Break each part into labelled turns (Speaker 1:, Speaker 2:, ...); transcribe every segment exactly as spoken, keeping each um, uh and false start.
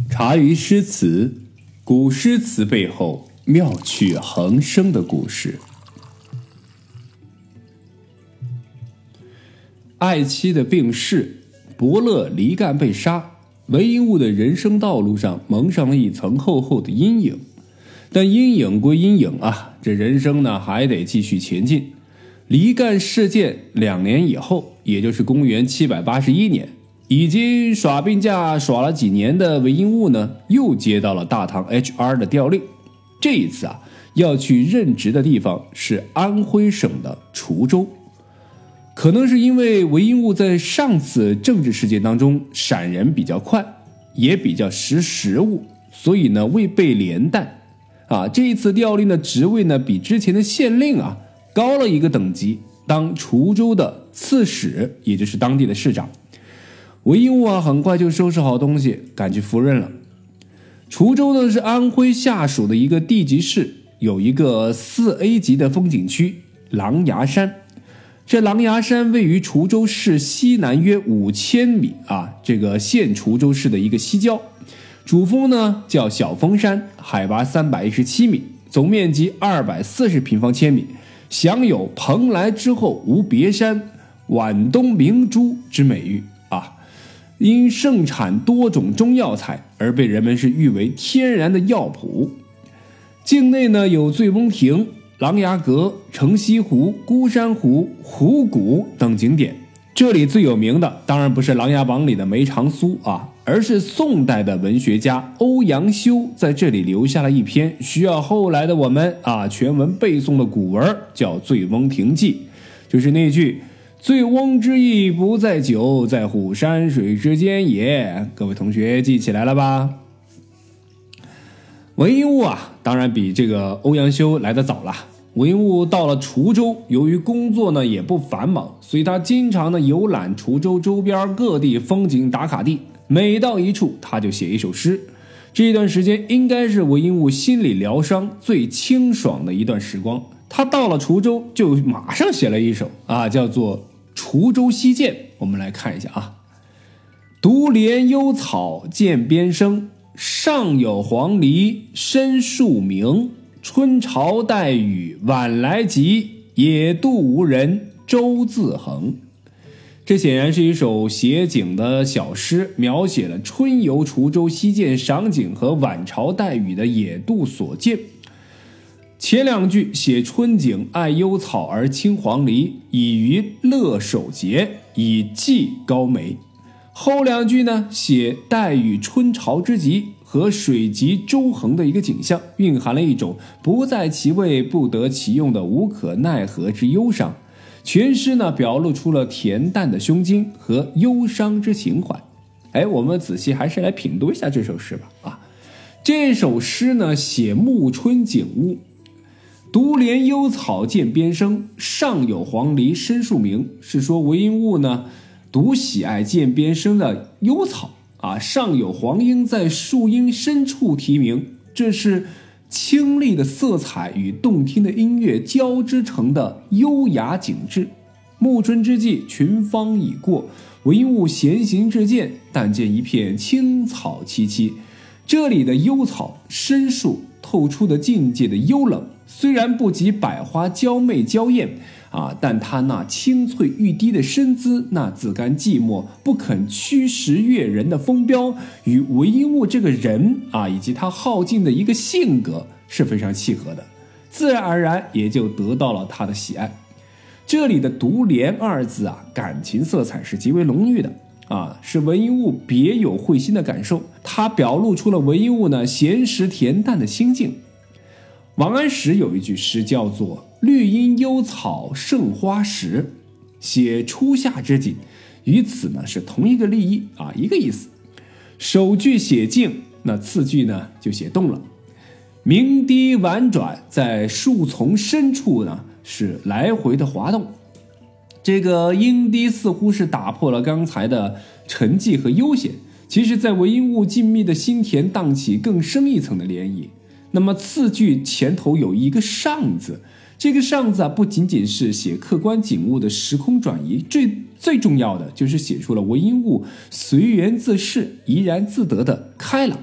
Speaker 1: 茶余诗词，古诗词背后妙趣横生的故事。爱妻的病逝，伯乐离干被杀，韦应物的人生道路上蒙上了一层厚厚的阴影。但阴影归阴影啊，这人生呢还得继续前进。离干事件两年以后，也就是公元七百八十一年，已经耍病假耍了几年的韦应物呢，又接到了大唐 H R 的调令。这一次啊，要去任职的地方是安徽省的滁州。可能是因为韦应物在上次政治事件当中闪人比较快，也比较识时务，所以呢未被连带。啊，这一次调令的职位呢，比之前的县令啊高了一个等级，当滁州的刺史，也就是当地的市长。韦应物啊，很快就收拾好东西，赶去赴任了。滁州呢是安徽下属的一个地级市，有一个 四 A 级的风景区狼牙山。这狼牙山位于滁州市西南约五千米啊，这个现滁州市的一个西郊。主峰呢叫小峰山，海拔三百一十七米，总面积二百四十平方千米，享有蓬莱之后无别山、皖东明珠之美誉啊。因盛产多种中药材而被人们是誉为天然的药谱。境内呢有醉翁亭、琅琊阁、城西湖、孤山湖、湖谷等景点。这里最有名的当然不是《琅琊榜》里的梅长苏啊，而是宋代的文学家欧阳修在这里留下了一篇需要后来的我们啊全文背诵的古文，叫《醉翁亭记》，就是那句醉翁之意不在酒，在乎山水之间也。各位同学记起来了吧？韦应物啊，当然比这个欧阳修来得早了。韦应物到了滁州，由于工作呢也不繁忙，所以他经常呢游览滁州周边各地风景打卡地，每到一处他就写一首诗。这段时间应该是韦应物心理疗伤最清爽的一段时光。他到了滁州就马上写了一首啊，叫做《滁州西涧》。我们来看一下啊，独怜幽草涧边生，上有黄鹂深树鸣。春潮带雨晚来急，野渡无人舟自横。这显然是一首写景的小诗，描写了春游滁州西涧赏景和晚潮带雨的野渡所见。前两句写春景爱幽草而亲黄鹂，以娱乐守节，以寄高梅。后两句呢，写带雨春潮之极和水急舟横的一个景象，蕴含了一种不在其位不得其用的无可奈何之忧伤。全诗呢表露出了恬淡的胸襟和忧伤之情怀。哎，我们仔细还是来品读一下这首诗吧。啊，这首诗呢写暮春景物，独怜幽草涧边生，上有黄鹂深树鸣，是说韦应物呢独喜爱涧边生的幽草啊，上有黄莺在树荫深处啼鸣，这是清丽的色彩与动听的音乐交织成的优雅景致。暮春之际，群芳已过，韦应物闲行至涧，但见一片青草萋萋。这里的幽草深树透出的境界的幽冷，虽然不及百花娇媚娇艳啊，但他那清脆欲滴的身姿，那自甘寂寞不肯驱使悦人的风标，与韦应物这个人啊，以及他好静的一个性格是非常契合的，自然而然也就得到了他的喜爱。这里的独怜二字啊，感情色彩是极为浓郁的啊，是韦应物别有会心的感受，他表露出了韦应物呢闲时恬淡的心境。王安石有一句诗叫做绿阴幽草胜花时，写初夏之景，与此呢是同一个立意啊，一个意思。首句写静，那次句呢就写动了。鸣笛婉转，在树丛深处呢是来回的滑动。这个莺笛似乎是打破了刚才的沉寂和悠闲，其实在韦应物静谧的心田荡起更深一层的涟漪。那么次句前头有一个上字，这个上字啊，不仅仅是写客观景物的时空转移，最最重要的就是写出了韦应物随缘自适、怡然自得的开朗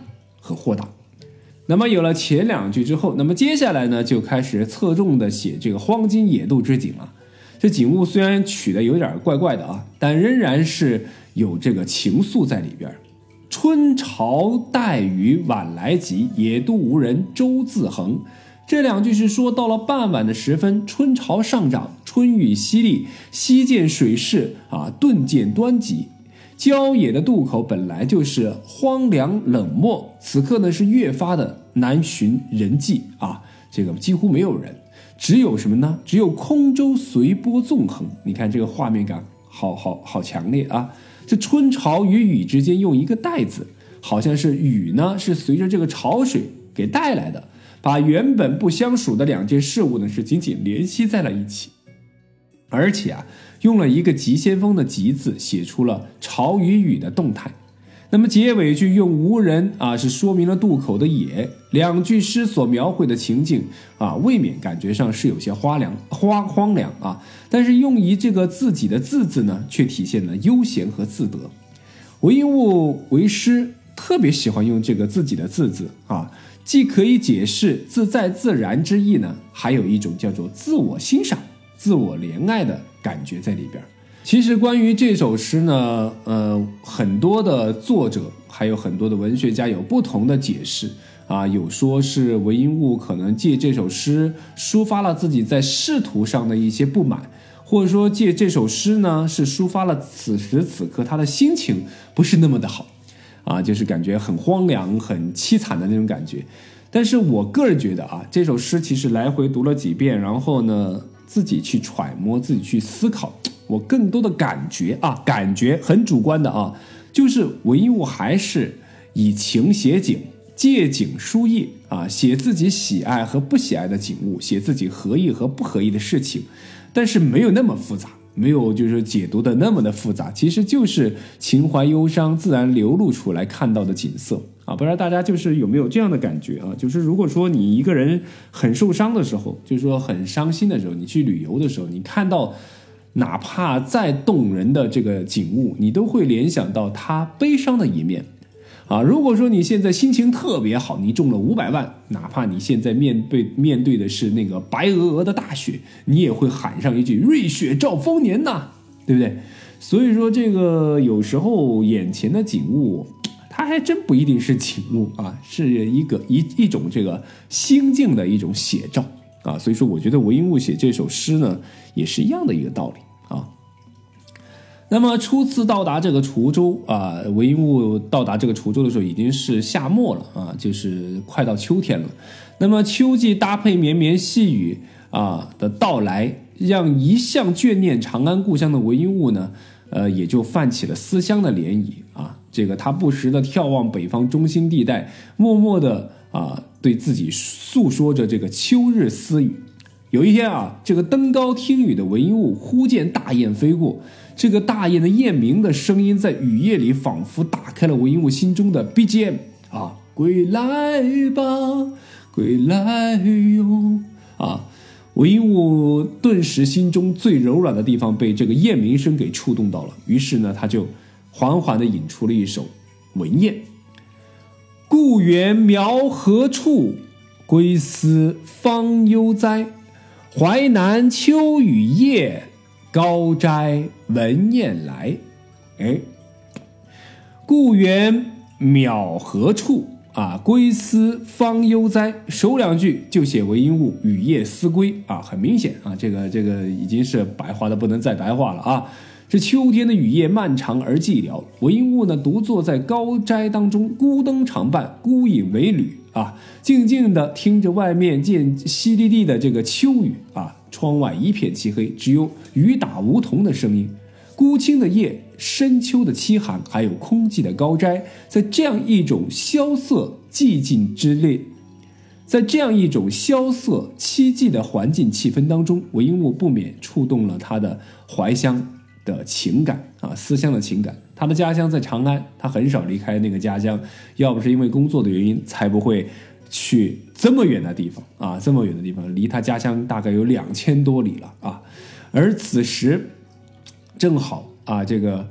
Speaker 1: 和豁达。那么有了前两句之后，那么接下来呢就开始侧重的写这个荒津野渡之景了。这景物虽然取得有点怪怪的啊，但仍然是有这个情愫在里边。春潮带雨晚来急，野渡无人舟自横。这两句是说到了傍晚的时分，春潮上涨，春雨淅沥，溪涧水势啊顿见湍急。郊野的渡口本来就是荒凉冷漠，此刻呢是越发的难寻人迹啊，这个几乎没有人，只有什么呢？只有空舟随波纵横。你看这个画面感好好好强烈啊！这春潮与雨之间用一个带字，好像是雨呢是随着这个潮水给带来的，把原本不相属的两件事物呢是紧紧联系在了一起。而且啊，用了一个急先锋的急字，写出了潮与雨的动态。那么结尾句用无人啊，是说明了渡口的野。两句诗所描绘的情境啊，未免感觉上是有些荒凉荒荒凉啊，但是用一这个自己的字字呢，却体现了悠闲和自得。韦应物为诗特别喜欢用这个自己的字字啊，既可以解释自在自然之意呢，还有一种叫做自我欣赏、自我怜爱的感觉在里边。其实关于这首诗呢，呃，很多的作者还有很多的文学家有不同的解释啊，有说是韦应物可能借这首诗抒发了自己在仕途上的一些不满，或者说借这首诗呢是抒发了此时此刻他的心情不是那么的好啊，就是感觉很荒凉很凄惨的那种感觉。但是我个人觉得啊，这首诗其实来回读了几遍，然后呢自己去揣摩，自己去思考，我更多的感觉啊，感觉很主观的啊，就是韦应物还是以情写景，借景抒意啊，写自己喜爱和不喜爱的景物，写自己合意和不合意的事情，但是没有那么复杂，没有就是解读的那么的复杂，其实就是情怀忧伤自然流露出来看到的景色啊。不知道大家就是有没有这样的感觉啊？就是如果说你一个人很受伤的时候，就是说很伤心的时候，你去旅游的时候，你看到哪怕再动人的这个景物，你都会联想到他悲伤的一面啊。如果说你现在心情特别好，你中了五百万，哪怕你现在面对面对的是那个白鹅鹅的大雪，你也会喊上一句瑞雪兆丰年呐，对不对？所以说这个有时候眼前的景物它还真不一定是景物啊，是一个一一种这个心境的一种写照啊。所以说我觉得韦应物写这首诗呢也是一样的一个道理啊。那么初次到达这个滁州啊，韦应物到达这个滁州的时候已经是夏末了啊，就是快到秋天了。那么秋季搭配绵绵细雨啊的到来，让一向眷念长安故乡的韦应物呢，呃，也就泛起了思乡的涟漪啊。这个他不时的眺望北方中心地带，默默的啊对自己诉说着这个秋日私语。有一天啊，这个登高听雨的韦应物忽见大雁飞过，这个大雁的雁鸣的声音在雨夜里仿佛打开了韦应物心中的 B G M 啊，归来吧，归来哟啊！韦应物顿时心中最柔软的地方被这个雁鸣声给触动到了，于是呢，他就缓缓地引出了一首文燕：故园苗何处，归思方悠哉。淮南秋雨夜，高斋闻雁来。哎，故园苗何处啊，归思方悠哉。首两句就写韦应物雨夜思归啊，很明显啊，这个这个已经是白话的不能再白话了啊。这秋天的雨夜漫长而寂寥，韦应物呢独坐在高斋当中，孤灯长伴，孤影为侣啊，静静的听着外面见淅沥沥的这个秋雨啊，窗外一片漆黑，只有雨打梧桐的声音。孤清的夜，深秋的凄寒，还有空寂的高斋，在这样一种萧瑟寂静之列，在这样一种萧瑟凄寂的环境气氛当中，韦应物不免触动了他的怀乡的情感啊，思乡的情感。他的家乡在长安，他很少离开那个家乡，要不是因为工作的原因，才不会去这么远的地方啊，这么远的地方，离他家乡大概有两千多里了啊。而此时正好啊，这个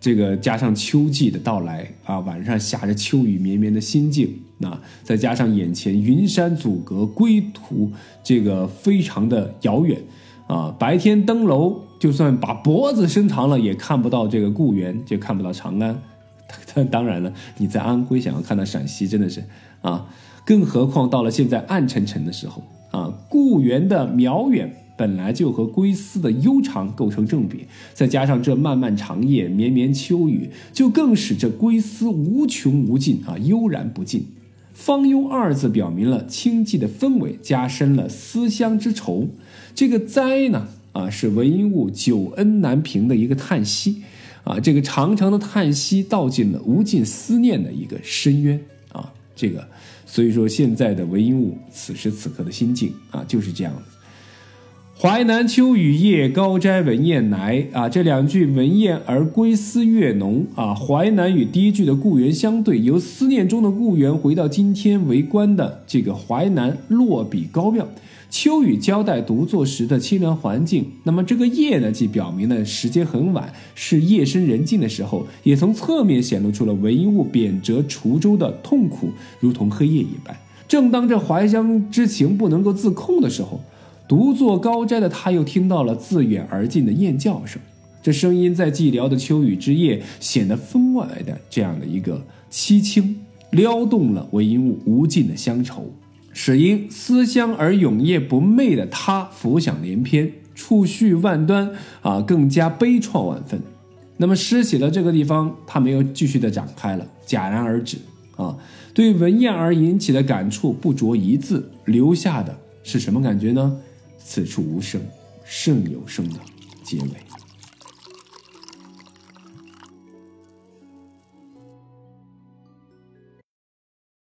Speaker 1: 这个加上秋季的到来啊，晚上下着秋雨绵绵的心境啊，再加上眼前云山阻隔，归途这个非常的遥远啊，白天登楼就算把脖子伸长了也看不到这个故园，就看不到长安。当然了，你在安徽想要看到陕西真的是啊，更何况到了现在暗沉沉的时候啊，故园的渺远本来就和归思的悠长构成正比，再加上这漫漫长夜绵绵秋雨，就更使这归思无穷无尽啊，悠然不尽。方忧二字表明了清寂的氛围，加深了思乡之愁。这个哉呢啊，是文因悟久恩难平的一个叹息啊，这个长长的叹息道尽了无尽思念的一个深渊啊，这个所以说现在的文因悟此时此刻的心境啊就是这样的。淮南秋雨夜，高斋文燕来啊，这两句文燕而归思越浓啊。淮南与第一句的故园相对，由思念中的故园回到今天为观的这个淮南，落笔高妙。秋雨交代独坐时的清凉环境，那么这个夜呢，既表明了时间很晚，是夜深人静的时候，也从侧面显露出了文因悟贬谪滁州的痛苦，如同黑夜一般。正当这怀乡之情不能够自控的时候，独坐高斋的他又听到了自远而近的雁叫声，这声音在寂寥的秋雨之夜显得分外的这样的一个凄清，撩动了文因悟无尽的乡愁，使因思乡而永夜不寐的他浮想联翩，触绪万端啊，更加悲怆万分。那么诗写到这个地方，他没有继续的展开了，戛然而止啊。对文燕而引起的感触不着一字，留下的是什么感觉呢？此处无声，胜有声的结尾。